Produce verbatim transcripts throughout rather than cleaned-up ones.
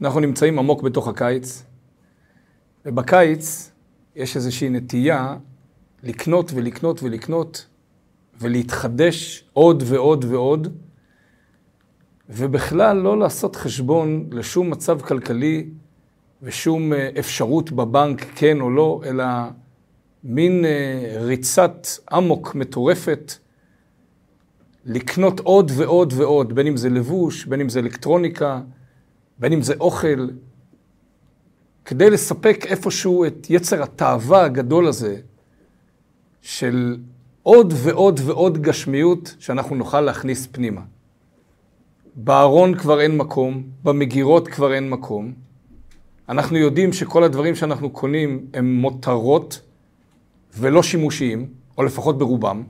אנחנו נמצאים עמוק בתוך הקיץ, ובקיץ יש איזושהי נטייה לקנות ולקנות ולקנות, ולהתחדש עוד ועוד ועוד, ובכלל לא לעשות חשבון לשום מצב כלכלי, ושום אפשרות בבנק כן או לא, אלא מין ריצת עמוק מטורפת, לקנות עוד ועוד ועוד, בין אם זה לבוש, בין אם זה אלקטרוניקה, בין אם זה אוכל, כדי לספק איפשהו את יצר התאווה הגדול הזה, של עוד ועוד ועוד גשמיות שאנחנו נוכל להכניס פנימה. בארון כבר אין מקום, במגירות כבר אין מקום. אנחנו יודעים שכל הדברים שאנחנו קונים הם מותרות ולא שימושיים, או לפחות ברובם.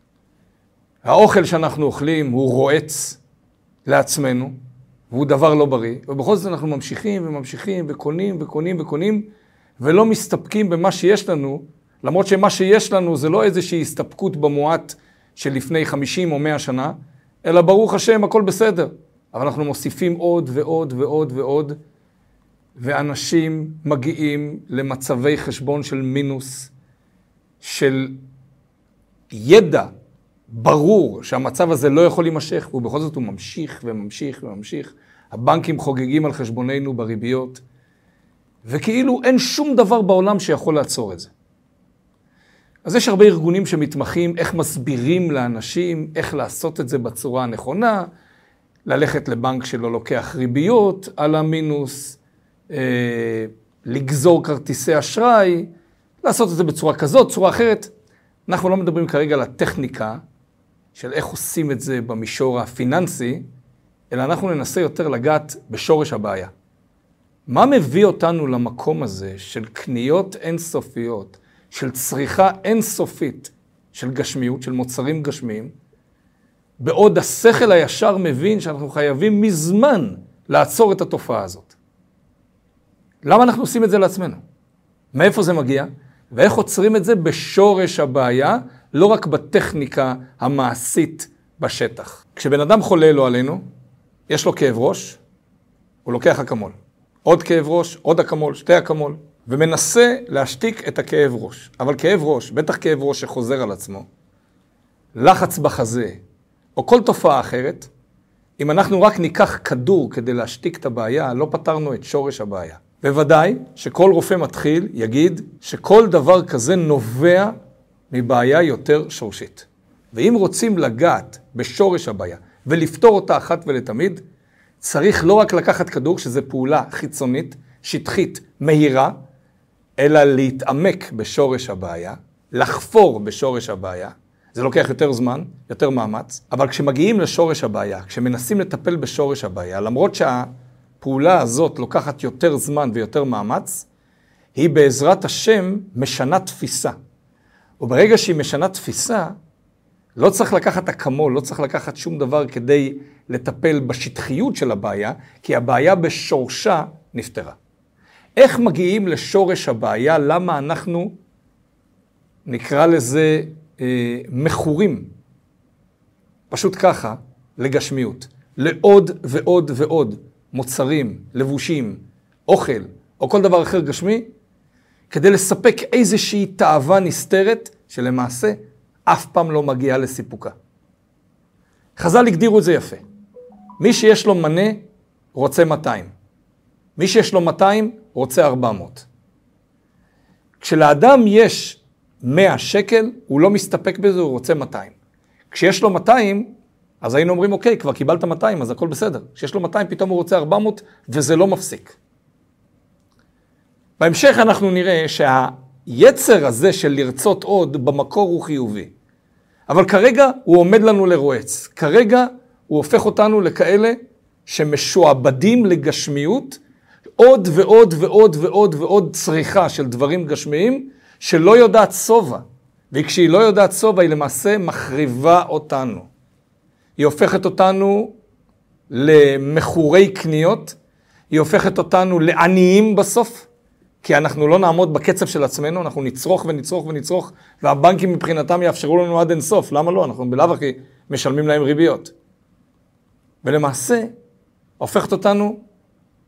האוכל שאנחנו אוכלים הוא רועץ לעצמנו, והוא דבר לא בריא, ובכל זאת אנחנו ממשיכים וממשיכים וקונים וקונים וקונים, ולא מסתפקים במה שיש לנו, למרות שמה שיש לנו זה לא איזושהי הסתפקות במועט של לפני חמישים או מאה שנה, אלא ברוך השם הכל בסדר. אבל אנחנו מוסיפים עוד ועוד ועוד ועוד, ואנשים מגיעים למצבי חשבון של מינוס, של ידע ברור שהמצב הזה לא יכול להימשך, ובכל זאת הוא ממשיך וממשיך וממשיך. הבנקים חוגגים על חשבוננו בריביות, וכאילו אין שום דבר בעולם שיכול לעצור את זה. אז יש הרבה ארגונים שמתמחים איך מסבירים לאנשים איך לעשות את זה בצורה הנכונה, ללכת לבנק שלא לוקח ריביות על המינוס, אה, לגזור כרטיסי אשראי, לעשות את זה בצורה כזאת, צורה אחרת. אנחנו לא מדברים כרגע על הטכניקה של איך עושים את זה במישור הפיננסי, אלא אנחנו ננסה יותר לגעת בשורש הבעיה. מה מביא אותנו למקום הזה של קניות אינסופיות, של צריכה אינסופית של גשמיות, של מוצרים גשמיים, בעוד השכל הישר מבין שאנחנו חייבים מזמן לעצור את התופעה הזאת. למה אנחנו עושים את זה לעצמנו? מאיפה זה מגיע? ואיך עוצרים את זה בשורש הבעיה, לא רק בטכניקה המעשית בשטח. כשבן אדם חולה לו עלינו, יש לו כאב ראש, הוא לוקח אקמול. עוד כאב ראש, עוד אקמול, שתי אקמול, ומנסה להשתיק את הכאב ראש. אבל כאב ראש, בטח כאב ראש שחוזר על עצמו, לחץ בחזה, או כל תופעה אחרת, אם אנחנו רק ניקח כדור כדי להשתיק את הבעיה, לא פתרנו את שורש הבעיה. בוודאי שכל רופא מתחיל יגיד שכל דבר כזה נובע מבעיה יותר שורשית. ואם רוצים לגעת בשורש הבעיה ולפתור אותה אחת ולתמיד, צריך לא רק לקחת כדור, שזה פעולה חיצונית, שטחית, מהירה, אלא להתעמק בשורש הבעיה, לחפור בשורש הבעיה. זה לוקח יותר זמן, יותר מאמץ, אבל כשמגיעים לשורש הבעיה, כשמנסים לטפל בשורש הבעיה, למרות שהפעולה הזאת לוקחת יותר זמן ויותר מאמץ, היא בעזרת השם משנה תפיסה. וברגע שהיא משנה תפיסה, לא צריך לקחת אקמול, לא צריך לקחת שום דבר כדי לטפל בשטחיות של הבעיה, כי הבעיה בשורשה נפתרה. איך מגיעים לשורש הבעיה? למה אנחנו נקרא לזה אה, מכורים? פשוט ככה, לגשמיות. לעוד ועוד ועוד מוצרים, לבושים, אוכל, או כל דבר אחר גשמי, כדי לספק איזושהי תאווה נסתרת, שלמעשה אף פעם לא מגיעה לסיפוקה. חז"ל הגדירו את זה יפה. מי שיש לו מנה רוצה מאתיים. מי שיש לו מאתיים רוצה ארבע מאות. כשלאדם יש מאה שקל, הוא לא מסתפק בזה, הוא רוצה מאתיים. כשיש לו מאתיים, אז היינו אומרים, אוקיי, כבר קיבלת מאתיים, אז הכל בסדר. כשיש לו מאתיים, פתאום הוא רוצה ארבע מאות, וזה לא מפסיק. בהמשך אנחנו נראה שהיצר הזה של לרצות עוד במקור הוא חיובי. אבל כרגע הוא עומד לנו לרועץ. כרגע הוא הופך אותנו לכאלה שמשועבדים לגשמיות, עוד ועוד ועוד ועוד ועוד צריכה של דברים גשמיים, שלא יודעת סובה. וכשהיא לא יודעת סובה, היא למעשה מחריבה אותנו. היא הופכת אותנו למחורי קניות, היא הופכת אותנו לעניים בסוף, כי אנחנו לא נעמוד בקצב של עצמנו, אנחנו נצרוך ונצרוך ונצרוך, והבנקים מבחינתם יאפשרו לנו עד אינסוף. למה לא? אנחנו בלאו הכי משלמים להם ריביות. ולמעשה, הופכת אותנו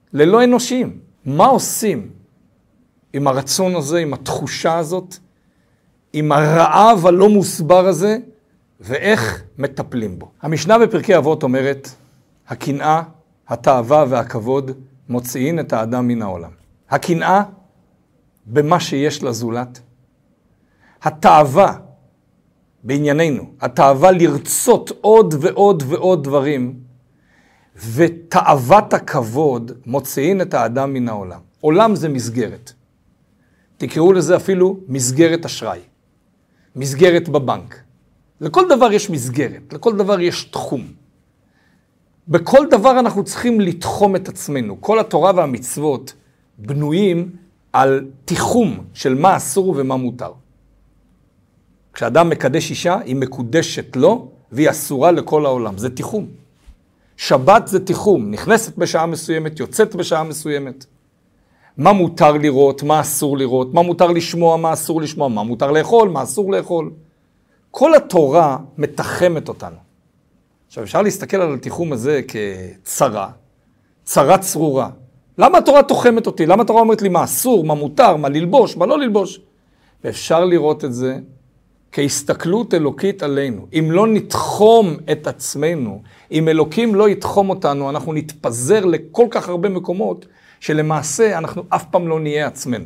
ללא אנושיים. מה עושים עם הרצון הזה, עם התחושה הזאת, עם הרעב הלא מוסבר הזה, ואיך מטפלים בו? המשנה בפרקי אבות אומרת, הקנאה, התאווה והכבוד מוציאים את האדם מן העולם. הקנאה במה שיש לזולת, התאווה בענייננו, התאווה לרצות עוד ועוד ועוד דברים, ותאוות הכבוד מוציאים את האדם מן העולם. עולם זה מסגרת. תקראו לזה אפילו מסגרת אשראי. מסגרת בבנק. לכל דבר יש מסגרת, לכל דבר יש תחום. בכל דבר אנחנו צריכים לתחום את עצמנו. כל התורה והמצוות בנויים על תיחום של מה אסור ומה מותר. כשאדם מקדש אישה, היא מקודשת לו, והיא אסורה לכל העולם. זה תיחום. שבת זה תיחום. נכנסת בשעה מסוימת, יוצאת בשעה מסוימת. מה מותר לראות, מה אסור לראות, מה מותר לשמוע, מה אסור לשמוע, מה מותר לאכול, מה אסור לאכול. כל התורה מתחמת אותנו. עכשיו, אפשר להסתכל על התיחום הזה כצרה, צרה צרורה. למה התורה תוחמת אותי? למה התורה אומרת לי מה אסור, מה מותר, מה ללבוש, מה לא ללבוש? ואפשר לראות את זה כהסתכלות אלוקית עלינו. אם לא נתחום את עצמנו, אם אלוקים לא יתחום אותנו, אנחנו נתפזר לכל כך הרבה מקומות, שלמעשה אנחנו אף פעם לא נהיה עצמנו.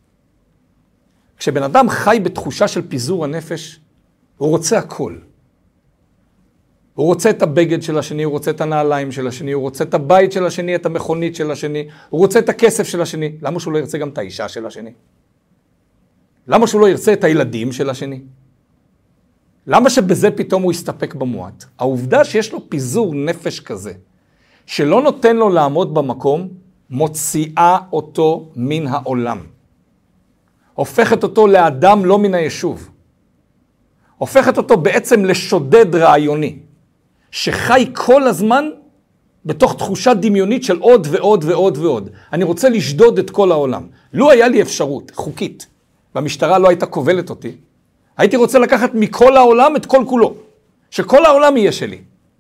כשבן אדם חי בתחושה של פיזור הנפש, הוא רוצה הכל. הוא רוצה את הבגד של השני, הוא רוצה את הנעליים של השני, הוא רוצה את הבית של השני, את המכונית של השני, הוא רוצה את הכסף של השני. למה שהוא לא ירצה גם את האישה של השני? למה שהוא לא ירצה את הילדים של השני? למה שבזה פתאום הוא יסתפק במועט? העובדה שיש לו פיזור נפש כזה, שלא נותן לו לעמוד במקום, מוציאה אותו מן העולם. הופכת אותו לאדם לא מן היישוב. הופכת אותו בעצם לשודד רעיוני, שחי כל הזמן בתוך תחושה דמיונית של עוד ועוד ועוד ועוד. אני רוצה לשדוד את כל העולם. לו היה לי אפשרות חוקית, והמשטרה לא הייתה כובלת אותי, הייתי רוצה לקחת מכל העולם את כל כולו, שכל העולם יהיה שלי.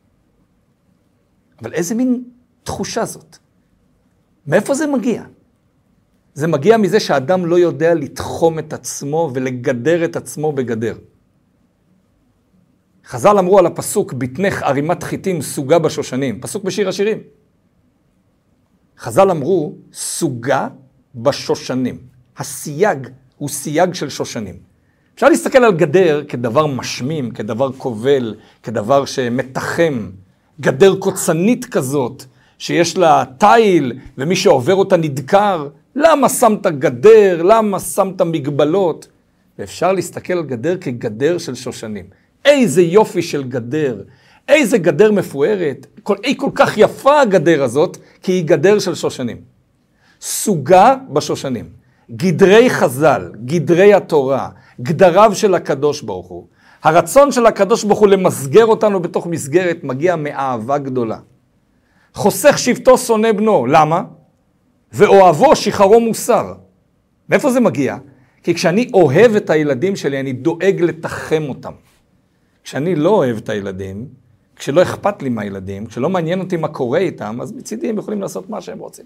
אבל איזה מין תחושה זאת? מאיפה זה מגיע? זה מגיע מזה שהאדם לא יודע לתחום את עצמו ולגדר את עצמו בגדר. חז"ל אמרו על הפסוק, ביטנך ערימת חיטים סוגה בשושנים, פסוק בשיר השירים. חז"ל אמרו, סוגה בשושנים. הסייג הוא סייג של שושנים. אפשר להסתכל על גדר כדבר משמים, כדבר כובל, כדבר שמתחם, גדר קוצנית כזאת, שיש לה תיל, ומי שעובר אותה נדקר. למה שמת גדר? למה שמת מגבלות? ואפשר להסתכל על גדר כגדר של שושנים. איזה יופי של גדר, איזה גדר מפוארת, כל, היא כל כך יפה הגדר הזאת, כי היא גדר של שושנים. סוגה בשושנים, גדרי חז"ל, גדרי התורה, גדריו של הקדוש ברוך הוא. הרצון של הקדוש ברוך הוא למסגר אותנו בתוך מסגרת מגיע מאהבה גדולה. חוסך שבטו שונא בנו, למה? ואוהבו שחרו מוסר. מאיפה זה מגיע? כי כשאני אוהב את הילדים שלי, אני דואג לתחם אותם. כשאני לא אוהב את הילדים, כשלא אכפת לי מהילדים, כשלא מעניין אותי מה קורה איתם, אז מצידי הם יכולים לעשות מה שהם רוצים.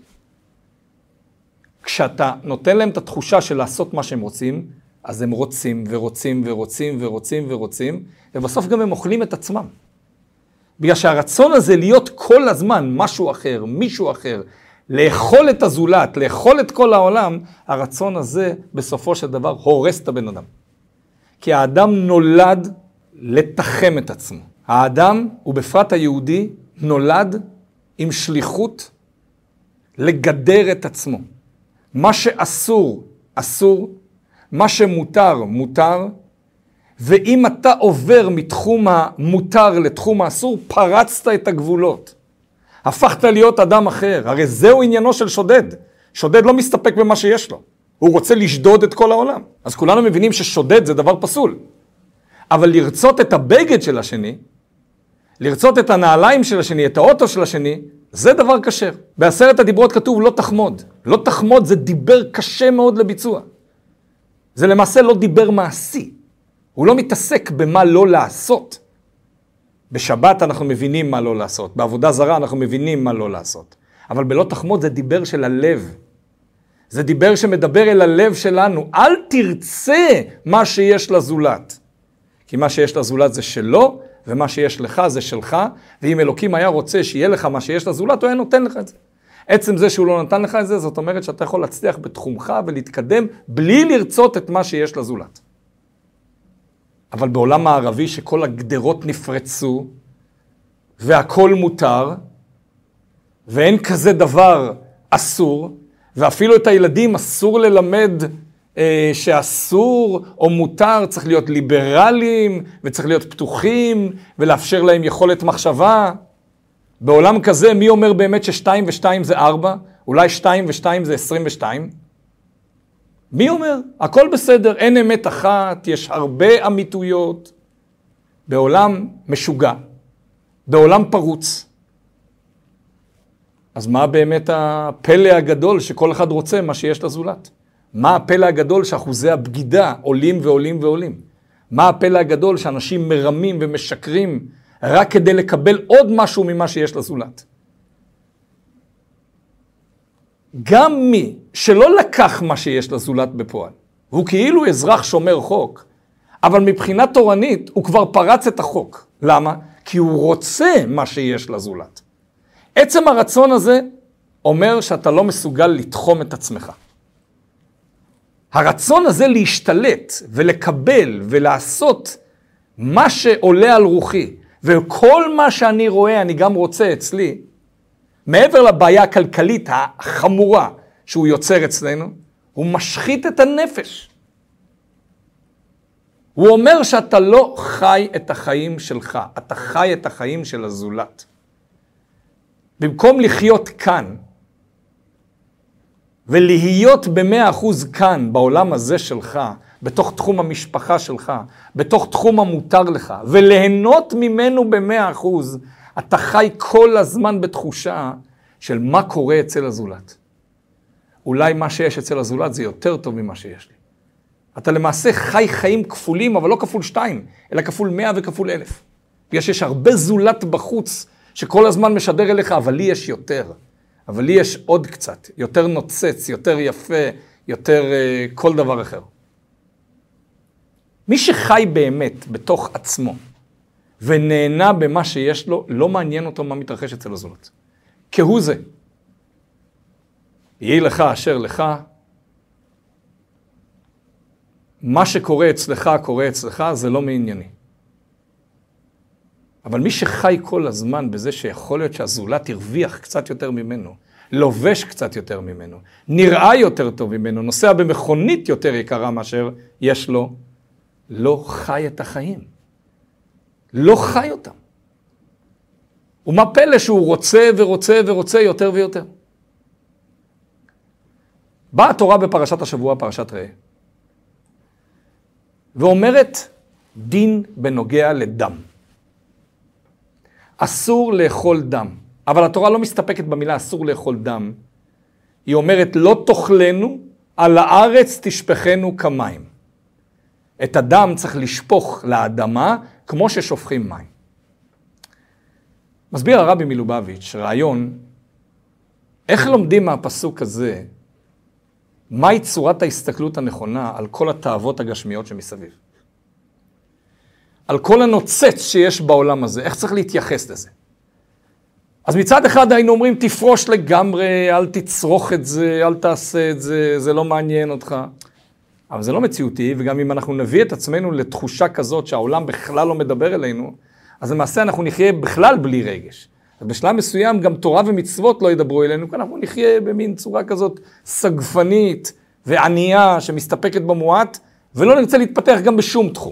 כשאתה נותן להם את התחושה של לעשות מה שהם רוצים, אז הם רוצים ורוצים ורוצים ורוצים ורוצים, ובסוף גם הם אוכלים את עצמם. בגלל שהרצון הזה להיות כל הזמן משהו אחר, מישהו אחר, לאכול את הזולת, לאכול את כל העולם, הרצון הזה בסופו של דבר הורס את הבן אדם. כי האדם נולד לתחם את עצמו. האדם, ובפרט היהודי, נולד עם שליחות לגדר את עצמו. מה שאסור, אסור, מה שמותר, מותר, ואם אתה עובר מתחום המותר לתחום האסור, פרצת את הגבולות. הפכת להיות אדם אחר. הרי זהו עניינו של שודד. שודד לא מסתפק במה שיש לו. הוא רוצה לשדוד את כל העולם. אז כולנו מבינים ששודד זה דבר פסול. אבל לרצות את הבגד של השני, לרצות את הנעליים של השני, את האוטו של השני, זה דבר קשה. בעשרת הדיברות כתוב לא תחמוד. לא תחמוד זה דיבר קשה מאוד לביצוע. זה למעשה לא דיבר מעשי. הוא לא מתעסק במה לא לעשות. בשבת אנחנו מבינים מה לא לעשות. בעבודה זרה אנחנו מבינים מה לא לעשות. אבל בלא תחמוד זה דיבר של הלב. זה דיבר שמדבר אל הלב שלנו. אל תרצה מה שיש לזולת. כי מה שיש לזולת זה שלו, ומה שיש לך זה שלך, ואם אלוקים היה רוצה שיהיה לך מה שיש לזולת, הוא היה נותן לך את זה. עצם זה שהוא לא נתן לך את זה, זאת אומרת שאתה יכול להצליח בתחומך ולהתקדם בלי לרצות את מה שיש לזולת. אבל בעולם הערבי שכל הגדרות נפרצו, והכל מותר, ואין כזה דבר אסור, ואפילו את הילדים אסור ללמד אה, שאסור או מותר, צריך להיות ליברליים, וצריך להיות פתוחים, ולאפשר להם יכולת מחשבה. בעולם כזה, מי אומר באמת ששתיים ושתיים זה ארבע? אולי שתיים ושתיים זה עשרים ושתיים? מי אומר? הכל בסדר, אין אמת אחת, יש הרבה אמיתויות. בעולם משוגע, בעולם פרוץ. אז מה באמת הפלא הגדול שכל אחד רוצה מה שיש לזולת? מה הפלא הגדול שאחוזי הבגידה עולים ועולים ועולים? מה הפלא הגדול שאנשים מרמים ומשקרים רק כדי לקבל עוד משהו ממה שיש לזולת? גם מי שלא לקח מה שיש לזולת בפועל, הוא כאילו אזרח שומר חוק, אבל מבחינה תורנית הוא כבר פרץ את החוק. למה? כי הוא רוצה מה שיש לזולת. עצם הרצון הזה אומר שאתה לא מסוגל לתחום את עצמך. הרצון הזה להשתלט ולקבל ולעשות מה שעולה על רוחי, וכל מה שאני רואה אני גם רוצה אצלי, מעבר לבעיה הכלכלית החמורה שהוא יוצר אצלנו, הוא משחית את הנפש. הוא אומר שאתה לא חי את החיים שלך, אתה חי את החיים של הזולת. במקום לחיות כאן, ולהיות במאה אחוז כאן, בעולם הזה שלך, בתוך תחום המשפחה שלך, בתוך תחום המותר לך, וליהנות ממנו במאה אחוז, אתה חי כל הזמן בתחושה של מה קורה אצל הזולת. אולי מה שיש אצל הזולת זה יותר טוב ממה שיש לי. אתה למעשה חי חיים כפולים, אבל לא כפול שתיים, אלא כפול מאה וכפול אלף. בגלל שיש הרבה זולת בחוץ, שכל הזמן משדר אליך, אבל לי יש יותר. אבל לי יש עוד קצת, יותר נוצץ, יותר יפה, יותר uh, כל דבר אחר. מי שחי באמת בתוך עצמו, ונהנה במה שיש לו, לא מעניין אותו מה מתרחש אצל הזולת. כהוא זה. יהי לך אשר לך, מה שקורה אצלך, קורה אצלך, זה לא מענייני. אבל מי שחי כל הזמן בזה שיכול להיות שהזולת ירוויח קצת יותר ממנו, לובש קצת יותר ממנו, נראה יותר טוב ממנו, נוסע במכונית יותר יקרה מאשר יש לו, לא חי את החיים. לא חי אותם. ומה פלא שהוא רוצה ורוצה ורוצה יותר ויותר. באה התורה בפרשת השבוע, פרשת ראה, ואומרת דין בנוגע לדם. אסור לאכול דם. אבל התורה לא מסתפקת במילה אסור לאכול דם. היא אומרת לא תאכלנו, על הארץ תשפכנו כמים. את הדם צריך לשפוך לאדמה כמו ששופכים מים. מסביר הרבי מלובביץ' רעיון, איך לומדים מהפסוק הזה, מהי צורת ההסתכלות הנכונה על כל התאוות הגשמיות שמסביב. על כל הנוצץ שיש בעולם הזה, איך צריך להתייחס לזה. אז מצד אחד היינו אומרים, תפרוש לגמרי, אל תצרוך את זה, אל תעשה את זה, זה לא מעניין אותך. אבל זה לא מציאותי, וגם אם אנחנו נביא את עצמנו לתחושה כזאת שהעולם בכלל לא מדבר אלינו, אז למעשה אנחנו נחיה בכלל בלי רגש. בשלב מסוים גם תורה ומצוות לא ידברו אלינו, כי אנחנו נחיה במין צורה כזאת סגפנית וענייה שמסתפקת במועט, ולא נרצה להתפתח גם בשום תחום.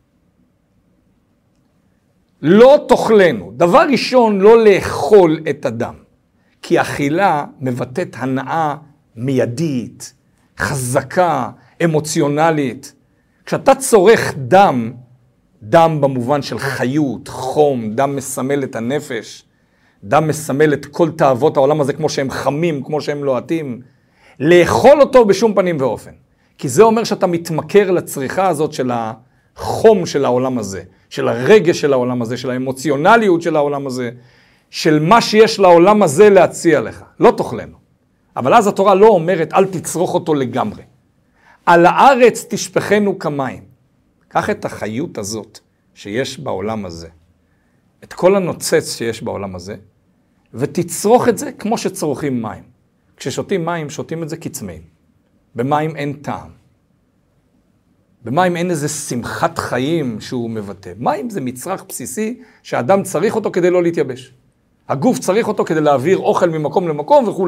לא תאכלנו. דבר ראשון, לא לאכול את הדם. כי אכילה מבטאת הנאה מיידית, חזקה, אמוציונלית. כשאתה צורך דם, דם במובן של חיות, חום, דם מסמל את הנפש, דם מסמל את כל תאוות העולם הזה כמו שהם חמים, כמו שהם לוהטים. לאכול אותו בשום פנים ואופן. כי זה אומר שאתה מתמכר לצריכה הזאת של החום של העולם הזה, של הרגש של העולם הזה, של האמוציונליות של העולם הזה, של מה שיש לעולם הזה להציע לך. לא תאכלנו. אבל אז התורה לא אומרת, אל תצרוך אותו לגמרי. על הארץ תשפכנו כמים. קח את החיות הזאת שיש בעולם הזה, את כל הנוצץ שיש בעולם הזה, ותצרוך את זה כמו שצורכים מים. כששותים מים, שותים את זה כצמאים. במים אין טעם. במים אין איזה שמחת חיים שהוא מבטא. מים זה מצרך בסיסי שהאדם צריך אותו כדי לא להתייבש. הגוף צריך אותו כדי להעביר אוכל ממקום למקום וכו'.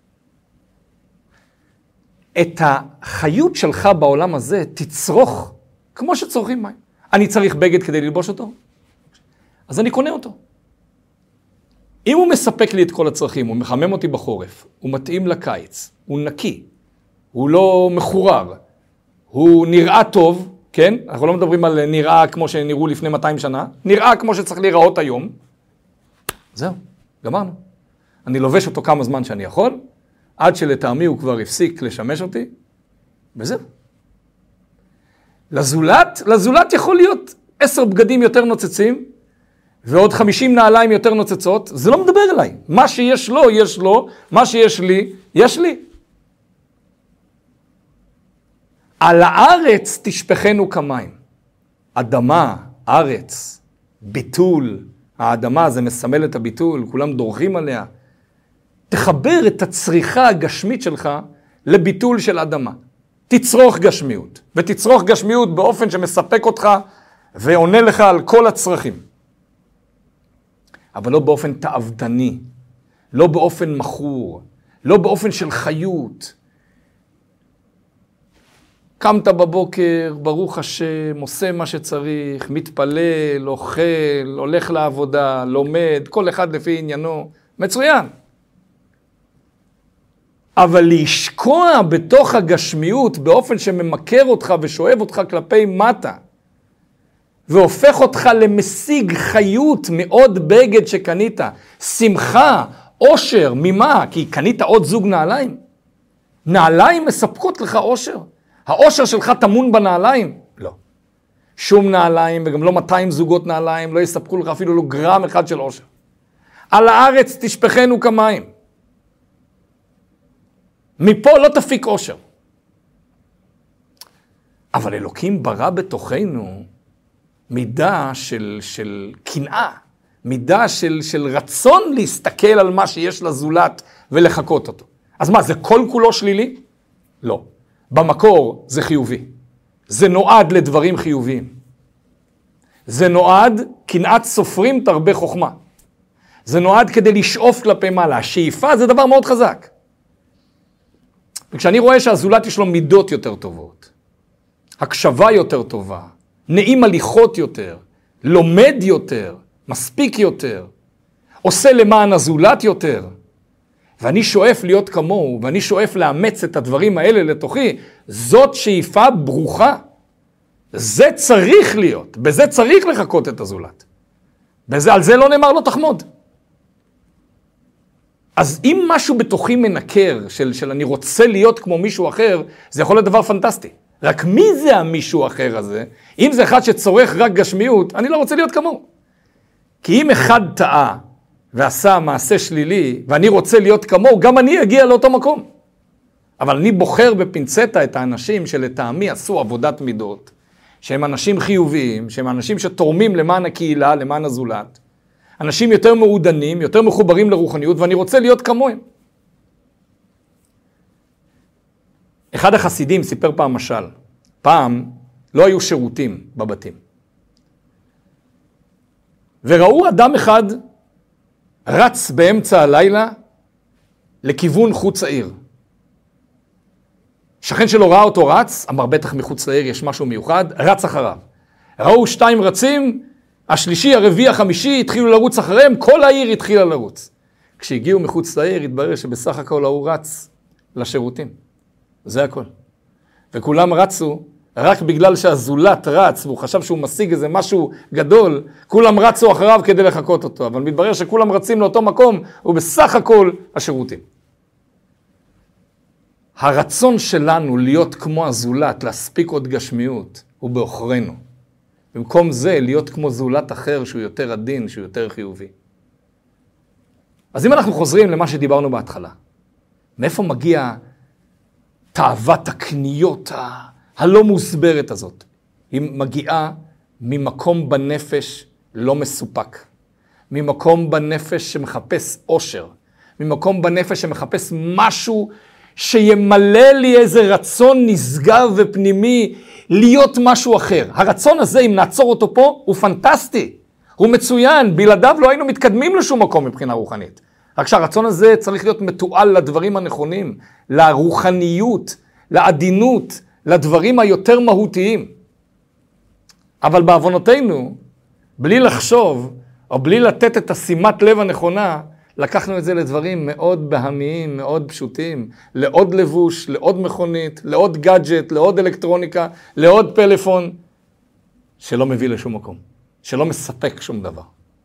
את החיות שלך בעולם הזה תצרוך כמו שצורכים מים. אני צריך בגד כדי ללבוש אותו, אז אני קונה אותו. אם הוא מספק לי את כל הצרכים, הוא מחמם אותי בחורף, הוא מתאים לקיץ, הוא נקי, הוא לא מחורר, הוא נראה טוב, כן? אנחנו לא מדברים על נראה כמו שנראו לפני מאתיים שנה, נראה כמו שצריך להיראות היום. זהו, גמרנו. אני לובש אותו כמה זמן שאני יכול, עד שלטעמי הוא כבר הפסיק לשמש אותי, וזהו. לזולת, לזולת יכול להיות עשר בגדים יותר נוצצים, ועוד חמישים נעליים יותר נוצצות, זה לא מדבר אליי. מה שיש לו, יש לו, מה שיש לי, יש לי. על הארץ תשפכנו כמים. אדמה, ארץ, ביטול. האדמה זה מסמל את הביטול, כולם דורכים עליה. תחבר את הצריכה הגשמית שלך לביטול של אדמה. תצרוך גשמיות, ותצרוך גשמיות באופן שמספק אותך ועונה לך על כל הצרכים. אבל לא באופן תאבדני, לא באופן מכור, לא באופן של חיות. קמת בבוקר, ברוך השם, עושה מה שצריך, מתפלל, אוכל, הולך לעבודה, לומד, כל אחד לפי עניינו, מצוין. אבל להשקוע בתוך הגשמיות באופן שממכר אותך ושואב אותך כלפי מטה, והופך אותך למשיג חיות מעוד בגד שקנית, שמחה, אושר, ממה? כי קנית עוד זוג נעליים. נעליים מספקות לך אושר. האושר שלך תמון בנעליים? לא. שום נעליים וגם לא מאתיים זוגות נעליים לא יספקו לך אפילו לא גרם אחד של אושר. על הארץ תשפכנו כמים. מפה לא תפיק אושר. אבל אלוקים ברא בתוכנו מידה של, של קנאה, מידה של, של רצון להסתכל על מה שיש לזולת ולחכות אותו. אז מה, זה כל כולו שלילי? לא. במקור זה חיובי. זה נועד לדברים חיוביים. זה נועד, קנאת סופרים תרבה חוכמה. זה נועד כדי לשאוף כלפי מעלה. השאיפה זה דבר מאוד חזק. וכשאני רואה שהזולת יש לו מידות יותר טובות, הקשבה יותר טובה, נעים הליכות יותר, לומד יותר, מספיק יותר, עושה למען הזולת יותר, ואני שואף להיות כמוהו, ואני שואף לאמץ את הדברים האלה לתוכי, זאת שאיפה ברוכה. זה צריך להיות, בזה צריך לחכות את הזולת. בזה, על זה לא נאמר לו תחמוד. אז אם משהו בתוכי מנקר, של, של אני רוצה להיות כמו מישהו אחר, זה יכול להיות דבר פנטסטי. רק מי זה המישהו אחר הזה? אם זה אחד שצורך רק גשמיות, אני לא רוצה להיות כמוהו. כי אם אחד טעה ועשה מעשה שלילי, ואני רוצה להיות כמוהו, גם אני אגיע לאותו מקום. אבל אני בוחר בפינצטה את האנשים שלטעמי עשו עבודת מידות, שהם אנשים חיוביים, שהם אנשים שתורמים למען הקהילה, למען הזולת. אנשים יותר מעודנים, יותר מחוברים לרוחניות, ואני רוצה להיות כמוהם. אחד החסידים סיפר פעם משל. פעם לא היו שירותים בבתים. וראו אדם אחד רץ באמצע הלילה לכיוון חוץ העיר. שכן שלו ראה אותו רץ, אמר בטח מחוץ לעיר יש משהו מיוחד, רץ אחריו. ראו שתיים רצים, השלישי, הרביעי, החמישי התחילו לרוץ אחריהם, כל העיר התחילה לרוץ. כשהגיעו מחוץ לעיר התברר שבסך הכל הוא רץ לשירותים. זה הכל. וכולם רצו, רק בגלל שהזולת רץ, והוא חשב שהוא משיג איזה משהו גדול, כולם רצו אחריו כדי לחכות אותו, אבל מתברר שכולם רצים לאותו מקום, ובסך הכל השירותים. הרצון שלנו להיות כמו הזולת, להספיק עוד גשמיות, הוא באוכרנו. במקום זה, להיות כמו זולת אחר שהוא יותר עדין, שהוא יותר חיובי. אז אם אנחנו חוזרים למה שדיברנו בהתחלה, מאיפה מגיע תאוות הקניות ה- הלא מוסברת הזאת? היא מגיעה ממקום בנפש לא מסופק, ממקום בנפש שמחפש אושר, ממקום בנפש שמחפש משהו שימלא לי איזה רצון נשגב ופנימי להיות משהו אחר. הרצון הזה, אם נעצור אותו פה, הוא פנטסטי, הוא מצוין, בלעדיו לא היינו מתקדמים לשום מקום מבחינה רוחנית. רק שהרצון הזה צריך להיות מתועל לדברים הנכונים, לרוחניות, לעדינות, לדברים היותר מהותיים. אבל בעוונותינו, בלי לחשוב, או בלי לתת את השימת לב הנכונה, לקחנו את זה לדברים מאוד בהמיים, מאוד פשוטים, לעוד לבוש, לעוד מכונית, לעוד גאדג'ט, לעוד אלקטרוניקה, לעוד פלאפון, שלא מביא לשום מקום, שלא מספק שום דבר.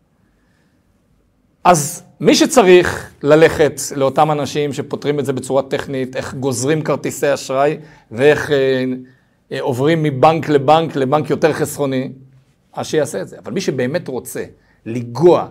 אז מי שצריך ללכת לאותם אנשים שפותרים את זה בצורה טכנית, איך גוזרים כרטיסי אשראי, ואיך אה, אה, עוברים מבנק לבנק, לבנק יותר חסכוני, אז שיעשה את זה. אבל מי שבאמת רוצה לגוע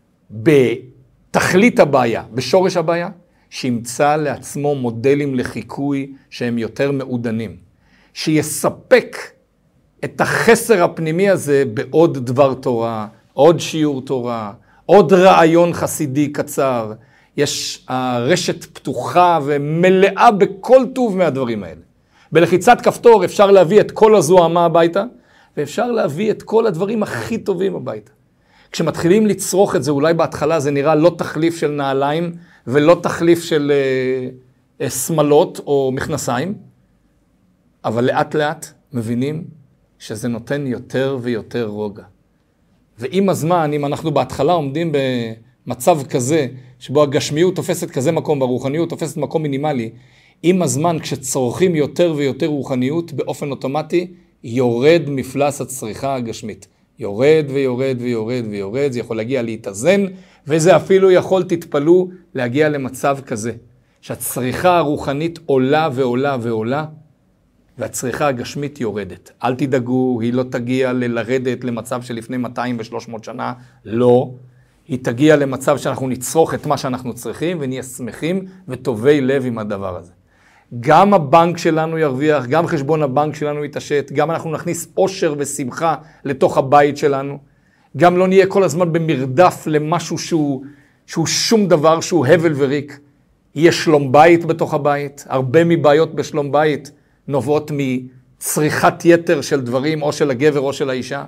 בתכלית הבעיה, בשורש הבעיה, שימצא לעצמו מודלים לחיקוי שהם יותר מעודנים, שיספק את החסר הפנימי הזה בעוד דבר תורה, עוד שיעור תורה, עוד רעיון חסידי קצר. יש הרשת פתוחה ומלאה בכל טוב מהדברים האלה. בלחיצת כפתור אפשר להביא את כל הזוהמה הביתה, ואפשר להביא את כל הדברים הכי טובים הביתה. כשמתחילים לצרוך את זה, אולי בהתחלה זה נראה לא תחליף של נעליים, ולא תחליף של אה, אה, שמלות או מכנסיים, אבל לאט לאט מבינים שזה נותן יותר ויותר רוגע. ועם הזמן, אם אנחנו בהתחלה עומדים במצב כזה, שבו הגשמיות תופסת כזה מקום, והרוחניות תופסת מקום מינימלי, עם הזמן כשצורכים יותר ויותר רוחניות, באופן אוטומטי יורד מפלס הצריכה הגשמית. יורד ויורד ויורד ויורד, זה יכול להגיע להתאזן, וזה אפילו יכול, תתפלו, להגיע למצב כזה, שהצריכה הרוחנית עולה ועולה ועולה, והצריכה הגשמית יורדת. אל תדאגו, היא לא תגיע לרדת למצב שלפני מאתיים ושלוש מאות שנה, לא. היא תגיע למצב שאנחנו נצרוך את מה שאנחנו צריכים, ונהיה שמחים וטובי לב עם הדבר הזה. גם הבנק שלנו ירוויח, גם חשבון הבנק שלנו יתעשת, גם אנחנו נכניס אושר ושמחה לתוך הבית שלנו, גם לא נהיה כל הזמן במרדף למשהו שהוא, שהוא שום דבר, שהוא הבל וריק. יהיה שלום בית בתוך הבית, הרבה מבעיות בשלום בית נובעות מצריכת יתר של דברים, או של הגבר או של האישה.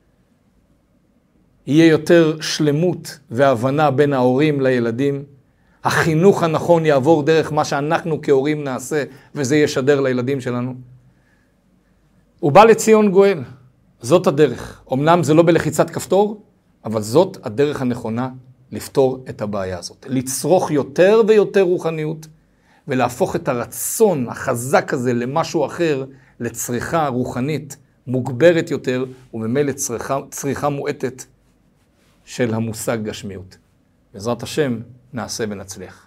יהיה יותר שלמות והבנה בין ההורים לילדים. החינוך הנכון יעבור דרך מה שאנחנו כהורים נעשה, וזה ישדר לילדים שלנו. הוא בא לציון גואל. זאת הדרך. אמנם זה לא בלחיצת כפתור, אבל זאת הדרך הנכונה לפתור את הבעיה הזאת. לצרוך יותר ויותר רוחניות, ולהפוך את הרצון החזק הזה למשהו אחר, לצריכה רוחנית מוגברת יותר, וממילא צריכה, צריכה מועטת של המושג גשמיות. בעזרת השם נעשה ונצליח.